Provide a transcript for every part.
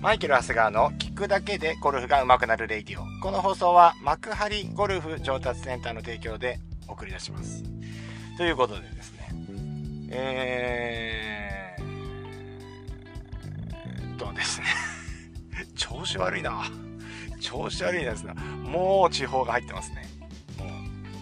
マイケル・長谷川の聞くだけでゴルフが上手くなるレイディオ。この放送は幕張ゴルフ上達センターの提供でお送り出します。ということでですね、ですね調子悪いですな。もう地方が入ってますね。もう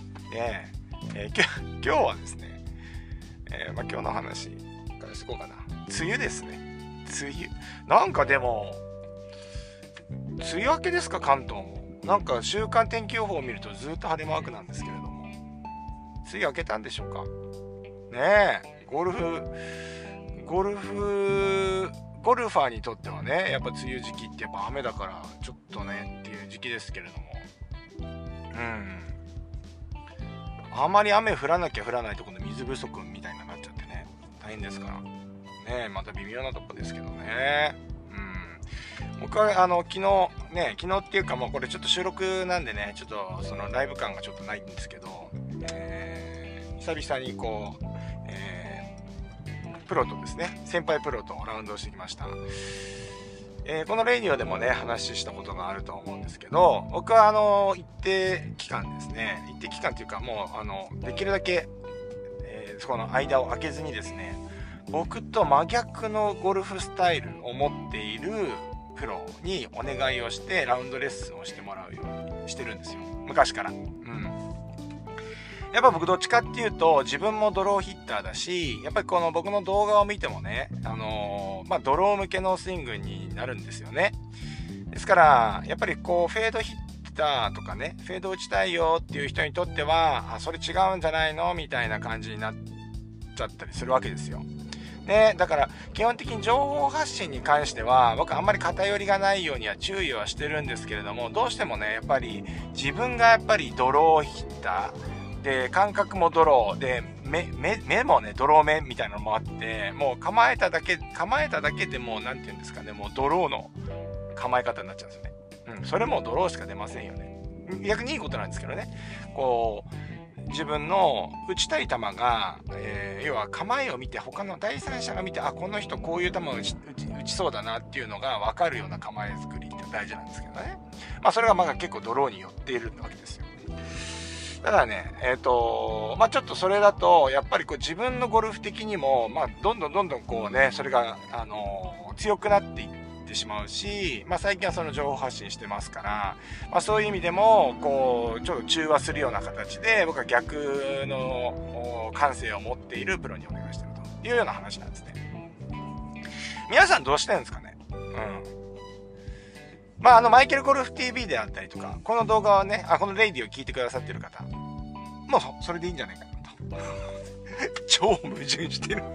今日はですね、今日の話からしこうかな。梅雨ですね。梅雨なんかでも梅雨明けですか、関東も。なんか週間天気予報を見るとずっと晴れマークなんですけれども、梅雨明けたんでしょうかね。ゴルファーにとってはね、やっぱ梅雨時期ってやっぱ雨だからちょっとねっていう時期ですけれども、あまり雨降らなきゃ降らないとこの水不足みたいになっちゃってね、大変ですからね。また微妙なとこですけどね。僕は昨日っていうか、もうこれちょっと収録なんでね、ちょっとそのライブ感がちょっとないんですけど、久々にこう、プロとですね、先輩プロとラウンドをしてきました。このレイディオでもね話したことがあると思うんですけど、僕は一定期間というか、もうできるだけ、その間を空けずにですね、僕と真逆のゴルフスタイルを持っているプロにお願いをしてラウンドレッスンをしてもらうようにしてるんですよ、昔から。やっぱ僕どっちかっていうと、自分もドローヒッターだし、やっぱりこの僕の動画を見てもね、ドロー向けのスイングになるんですよね。ですからやっぱりこうフェードヒッターとかね、フェード打ちたいよっていう人にとっては、それ違うんじゃないのみたいな感じになっちゃったりするわけですよね。だから基本的に情報発信に関しては僕あんまり偏りがないようには注意はしてるんですけれども、どうしてもねやっぱり自分がやっぱりドローヒッターで、感覚もドローで、目もねドロー目みたいなのもあって、もう構えただけでもうなんていうんですかね、もうドローの構え方になっちゃうんですよね。それもドローしか出ませんよね。逆にいいことなんですけどね。こう自分の打ちたい球が、要は構えを見て、他の第三者が見て、この人こういう球を打ちそうだなっていうのが分かるような構え作りって大事なんですけどね。それが結構ドローに寄っているわけですよ。だからね、ちょっとそれだとやっぱりこう自分のゴルフ的にも、どんどんこうね、それが強くなっていってしまうし、最近はその情報発信してますから、そういう意味でもこうちょっと中和するような形で、僕は逆の感性を持っているプロにお願いしてるというような話なんですね。皆さんどうしてるんですかね。マイケルゴルフ TV であったりとか、この動画はね、このレイディを聞いてくださってる方、もうそれでいいんじゃないかなと。超矛盾してる。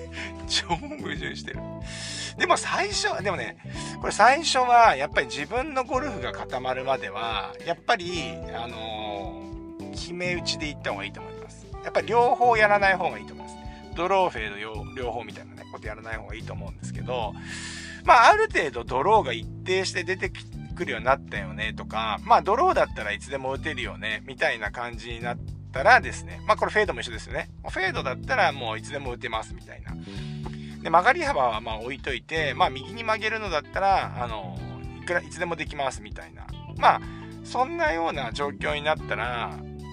でも最初はやっぱり自分のゴルフが固まるまでは、やっぱり決め打ちでいった方がいいと思います。やっぱり両方やらない方がいいと思います。ドローフェード両方みたいなねことやらない方がいいと思うんですけど、ある程度ドローが一定して出てくるようになったよねとか、ドローだったらいつでも打てるよねみたいな感じになったらですね、これフェードも一緒ですよね。フェードだったらもういつでも打てますみたいな。で、曲がり幅は置いといて、右に曲げるのだったらいつでもできますみたいな、そんなような状況になったら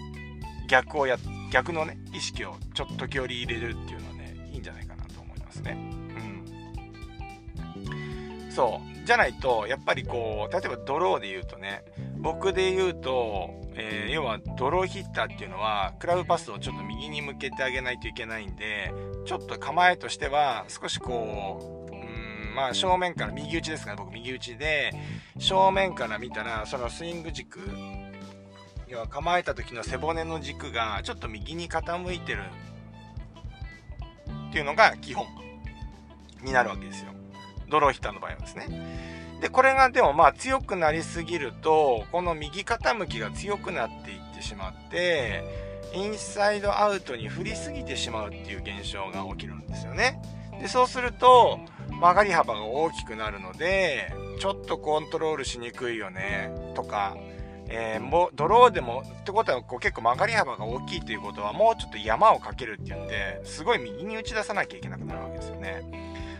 逆のね意識をちょっと時折入れるっていうのはね、いいんじゃないかなと思いますね。そうじゃないと、やっぱりこう例えばドローで言うとね、僕で言うと、要はドローヒッターっていうのはクラブパスをちょっと右に向けてあげないといけないんで、ちょっと構えとしては少しこう正面から右打ちですから、僕右打ちで正面から見たら、そのスイング軸、要は構えた時の背骨の軸がちょっと右に傾いてるっていうのが基本になるわけですよ、ドローヒッターの場合はですね。でこれがでも強くなりすぎると、この右傾きが強くなっていってしまって、インサイドアウトに振りすぎてしまうっていう現象が起きるんですよね。でそうすると曲がり幅が大きくなるので、ちょっとコントロールしにくいよねとか、もうドローでもってことは結構曲がり幅が大きいということは、もうちょっと山をかけるっていうんで、すごい右に打ち出さなきゃいけなくなるわけですよね。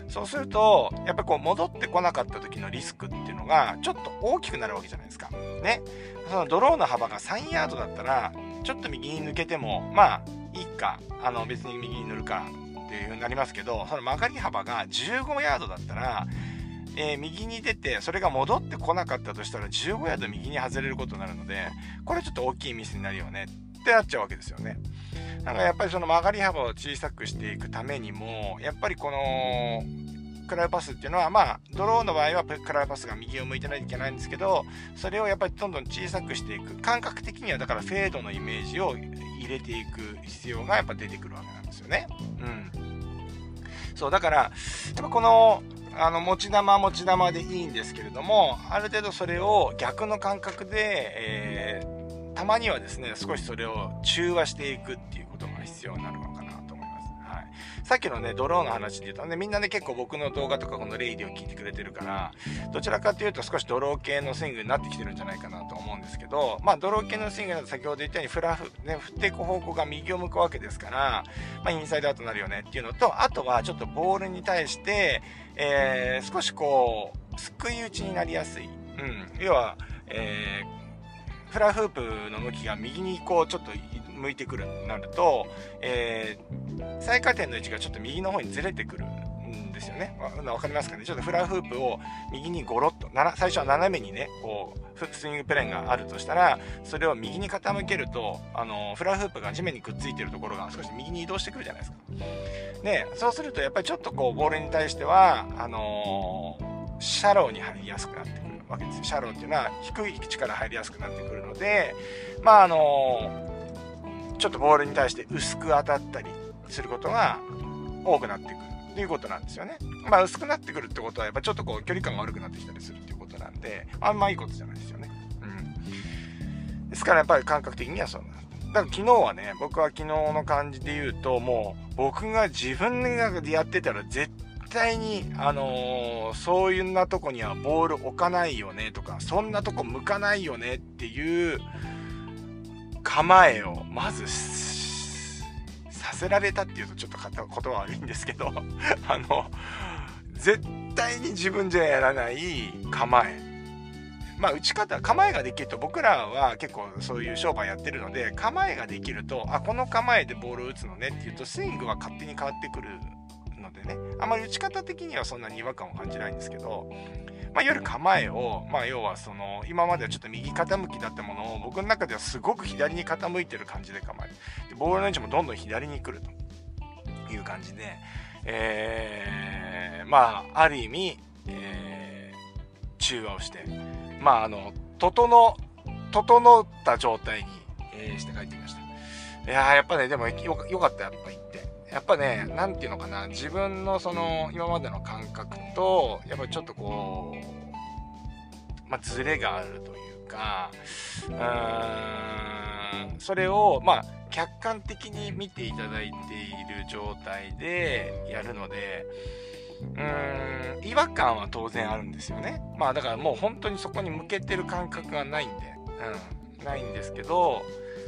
そうするとやっぱりこう戻ってこなかった時のリスクっていうのがちょっと大きくなるわけじゃないですかね。そのドローの幅が3ヤードだったらちょっと右に抜けてもまあいいか、別に右に塗るかっていう風になりますけど、その曲がり幅が15ヤードだったら、右に出てそれが戻ってこなかったとしたら15ヤード右に外れることになるので、これちょっと大きいミスになるよねってなっちゃうわけですよね。なんかやっぱりその曲がり幅を小さくしていくためにもやっぱりこのクラブパスっていうのは、まあドローの場合はクラブパスが右を向いてないといけないんですけど、それをやっぱりどんどん小さくしていく、感覚的にはだからフェードのイメージを入れていく必要がやっぱ出てくるわけなんですよね。そうだからやっぱこの持ち球でいいんですけれども、ある程度それを逆の感覚で、たまにはですね少しそれを中和していくっていうことが必要になるのかなと思います。はい、さっきのねドローの話で言うとね、みんなね結構僕の動画とかこのレイディを聞いてくれてるから、どちらかというと少しドロー系のスイングになってきてるんじゃないかなと思うんですけど、まあドロー系のスイングだと先ほど言ったように振っていく方向が右を向くわけですから、まあインサイドアウトになるよねっていうのと、あとはちょっとボールに対して、少しこうすくい打ちになりやすい、要は、フラフープの向きが右にこうちょっと向いてくるとなると、最下点の位置がちょっと右の方にずれてくるんですよね。わかりますかね。ちょっとフラフープを右にゴロッと最初は斜めにねこうスイングプレーンがあるとしたら、それを右に傾けるとフラフープが地面にくっついてるところが少し右に移動してくるじゃないですか。でそうするとやっぱりちょっとこうボールに対してはシャローに入りやすくなってくるわけですよ。シャローっていうのは低い位置から入りやすくなってくるので、まあちょっとボールに対して薄く当たったりすることが多くなってくるということなんですよね。まあ薄くなってくるってことはやっぱちょっとこう距離感が悪くなってきたりするっていうことなんで、あんまいいことじゃないですよね。ですからやっぱり感覚的にはそうなんです。だから昨日はね、僕は昨日の感じで言うと、もう僕が自分でやってたら絶対にそういうなとこにはボール置かないよねとか、そんなとこ向かないよねっていう構えをまずさせられたっていうとちょっと言葉悪いんですけど絶対に自分じゃやらない構え、まあ打ち方構えができると、僕らは結構そういう商売やってるので、構えができるとこの構えでボールを打つのねっていうとスイングは勝手に変わってくるのでね、あまり打ち方的にはそんなに違和感を感じないんですけど、いわゆる構えを、要はその今まではちょっと右傾きだったものを僕の中ではすごく左に傾いてる感じで構える。でボールの位置もどんどん左に来るという感じで、ある意味、中和をして、整った状態に、して帰ってきました。いややっぱね、でもよかった、やっぱ行って。やっぱね、なんていうのかな、自分のその今までの感覚とやっぱりちょっとこうズレがあるというか、それを客観的に見ていただいている状態でやるので、違和感は当然あるんですよね。だからもう本当にそこに向けてる感覚がないんで、ないんですけど、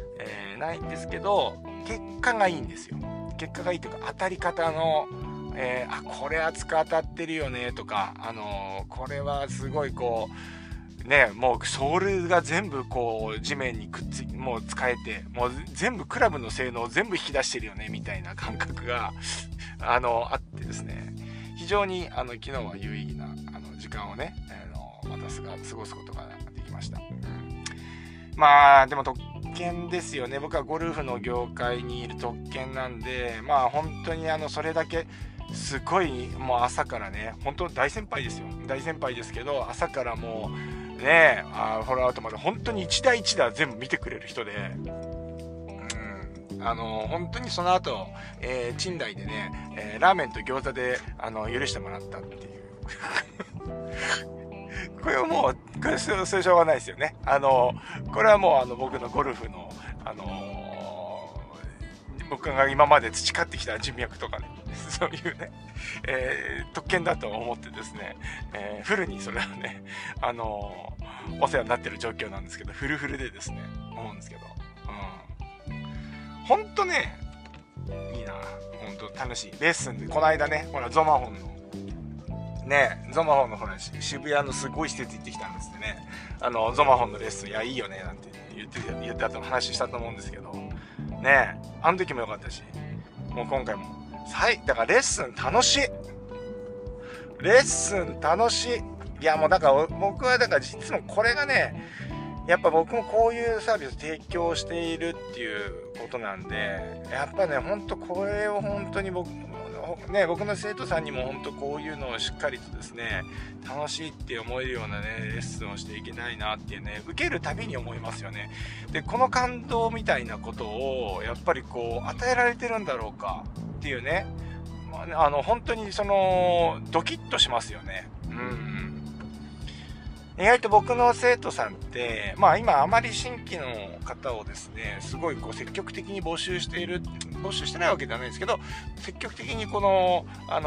結果がいいんですよ。結果がいいというか、当たり方の、これ熱く当たってるよねとか、これはすごいこうね、もうソールが全部こう地面にくっついて、もう使えて、もう全部クラブの性能を全部引き出してるよねみたいな感覚があってですね、非常に昨日は有意義な時間をね、私が過ごすことができました。でも特権ですよね。僕はゴルフの業界にいる特権なんで、本当にそれだけすごいもう朝からね、本当大先輩ですよ。大先輩ですけど、朝からもうね、フォローアウトまで本当に一打一打全部見てくれる人で、本当にその後、賃貸でね、ラーメンと餃子で許してもらったっていうこれはもうそれしょうがないですよね。これはもう僕のゴルフの僕が今まで培ってきた人脈とかね、そういうね、特権だと思ってですね、フルにそれはね、お世話になってる状況なんですけど、フルフルでですね思うんですけど、ほんとねいいな、ほんと楽しいレッスンで、この間ね、ほらゾマホンのね、ゾマホンのほら、渋谷のすごい施設行ってきたんですってね。ゾマホンのレッスン、いや、いいよね、なんて言って後の話したと思うんですけど、ね、あの時も良かったし、もう今回も、だからレッスン楽しい。レッスン楽しい。いや、もうだから、僕はだから実もこれがね、やっぱ僕もこういうサービスを提供しているっていうことなんで、やっぱね、ほんとこれを本当に僕の生徒さんにも本当こういうのをしっかりとですね、楽しいって思えるようなね、レッスンをしていけないなっていうね、受けるたびに思いますよね。で、この感動みたいなことを、やっぱりこう、与えられてるんだろうかっていうね、本当にドキッとしますよね。意外と僕の生徒さんって、まあ今あまり新規の方をですね、すごいこう積極的に募集してないわけではないんですけど、積極的にこの、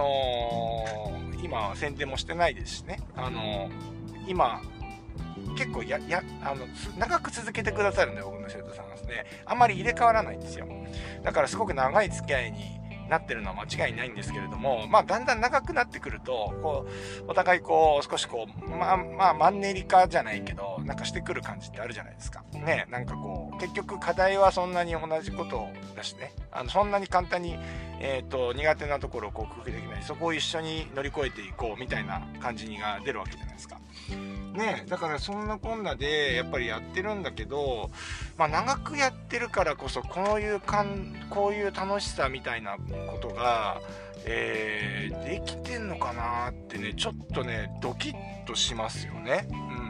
今宣伝もしてないですしね、今、結構長く続けてくださるんで、僕の生徒さんはですね、あんまり入れ替わらないんですよ。だからすごく長い付き合いになってるのは間違いないんですけれども、まあだんだん長くなってくると、こうお互いこう少しこうマンネリ化じゃないけど、なんかしてくる感じってあるじゃないですかね。なんかこう結局課題はそんなに同じことだしね、そんなに簡単に苦手なところを克服できない、そこを一緒に乗り越えていこうみたいな感じが出るわけじゃないですかね。だからそんなこんなでやっぱりやってるんだけど、まあ長くやってるからこそこういう楽しさみたいなことが、できてんのかなってね、ちょっとねドキッとしますよね。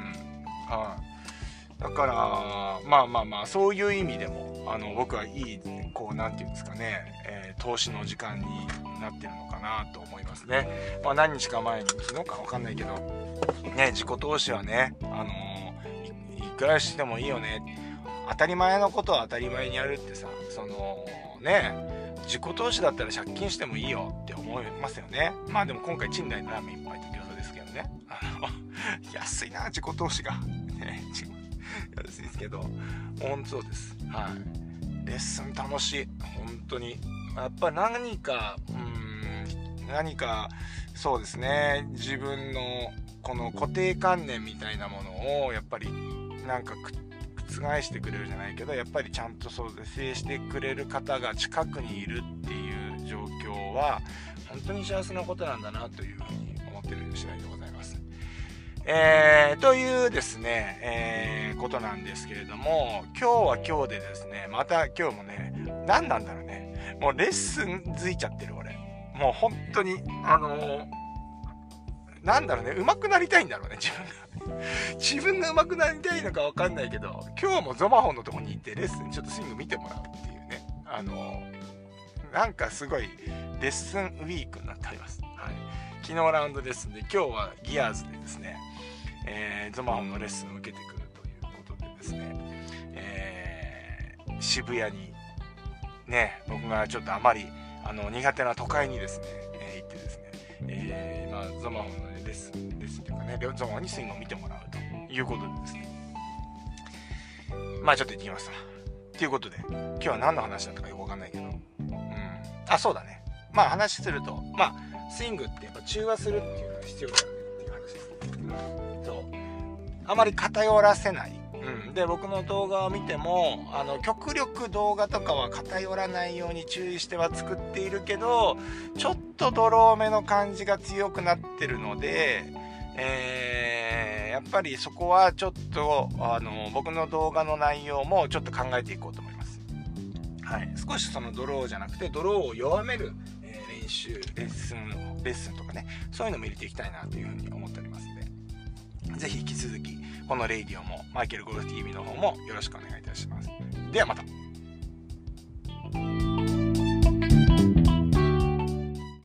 だからまあそういう意味でも僕はいいこうなんていうんですかね、投資の時間になってるのかなと思いますね。まあ何日か前に昨日か分かんないけどね、自己投資はね、いくらしてもいいよね、当たり前のことは当たり前にやるってさ、自己投資だったら借金してもいいよって思いますよね。まあでも今回賃貸のラーメン一杯と餃子ですけどね、安いな自己投資がね、安いですけど本当そうです。レッスン楽しい、本当に。やっぱ何かそうですね、自分のこの固定観念みたいなものをやっぱりなんか覆してくれるじゃないけど、やっぱりちゃんとそう是正してくれる方が近くにいるっていう状況は本当に幸せなことなんだなというふうに思っている次第でございます。というですね、ことなんですけれども、今日は今日でですね、また今日もね、何なんだろうね、もうレッスンづいちゃってる俺。もう本当になんだろうね、上手くなりたいんだろうね、自分が上手くなりたいのか分かんないけど、今日もゾマホンのとこに行ってレッスンちょっとスイング見てもらうっていうね、なんかすごいレッスンウィークになっております。昨日ラウンドレッスンで、今日はギアーズでですね、ゾマホンのレッスンを受けてくるということでですね、渋谷にね、僕がちょっとあまり苦手な都会にですね、行ってですね、ゾマホンのレッスンというかね、ゾマホンにスイングを見てもらうということでですね、まあちょっと行ってきましたということで、今日は何の話だったかよくわかんないけど、そうだね、まあ話すると、まあスイングってやっぱ中和するっていうのが必要だよねっていう話ですね。そう、あまり偏らせない。で、僕の動画を見ても極力動画とかは偏らないように注意しては作っているけど、ちょっとドローめの感じが強くなってるので、やっぱりそこはちょっと僕の動画の内容もちょっと考えていこうと思います。少しそのドローじゃなくてドローを弱める、レッスンとかね、そういうのも入れていきたいなというふうに思っておりますので、ぜひ引き続きこのレイディオもマイケルゴルフ TV の方もよろしくお願いいたします。ではまた。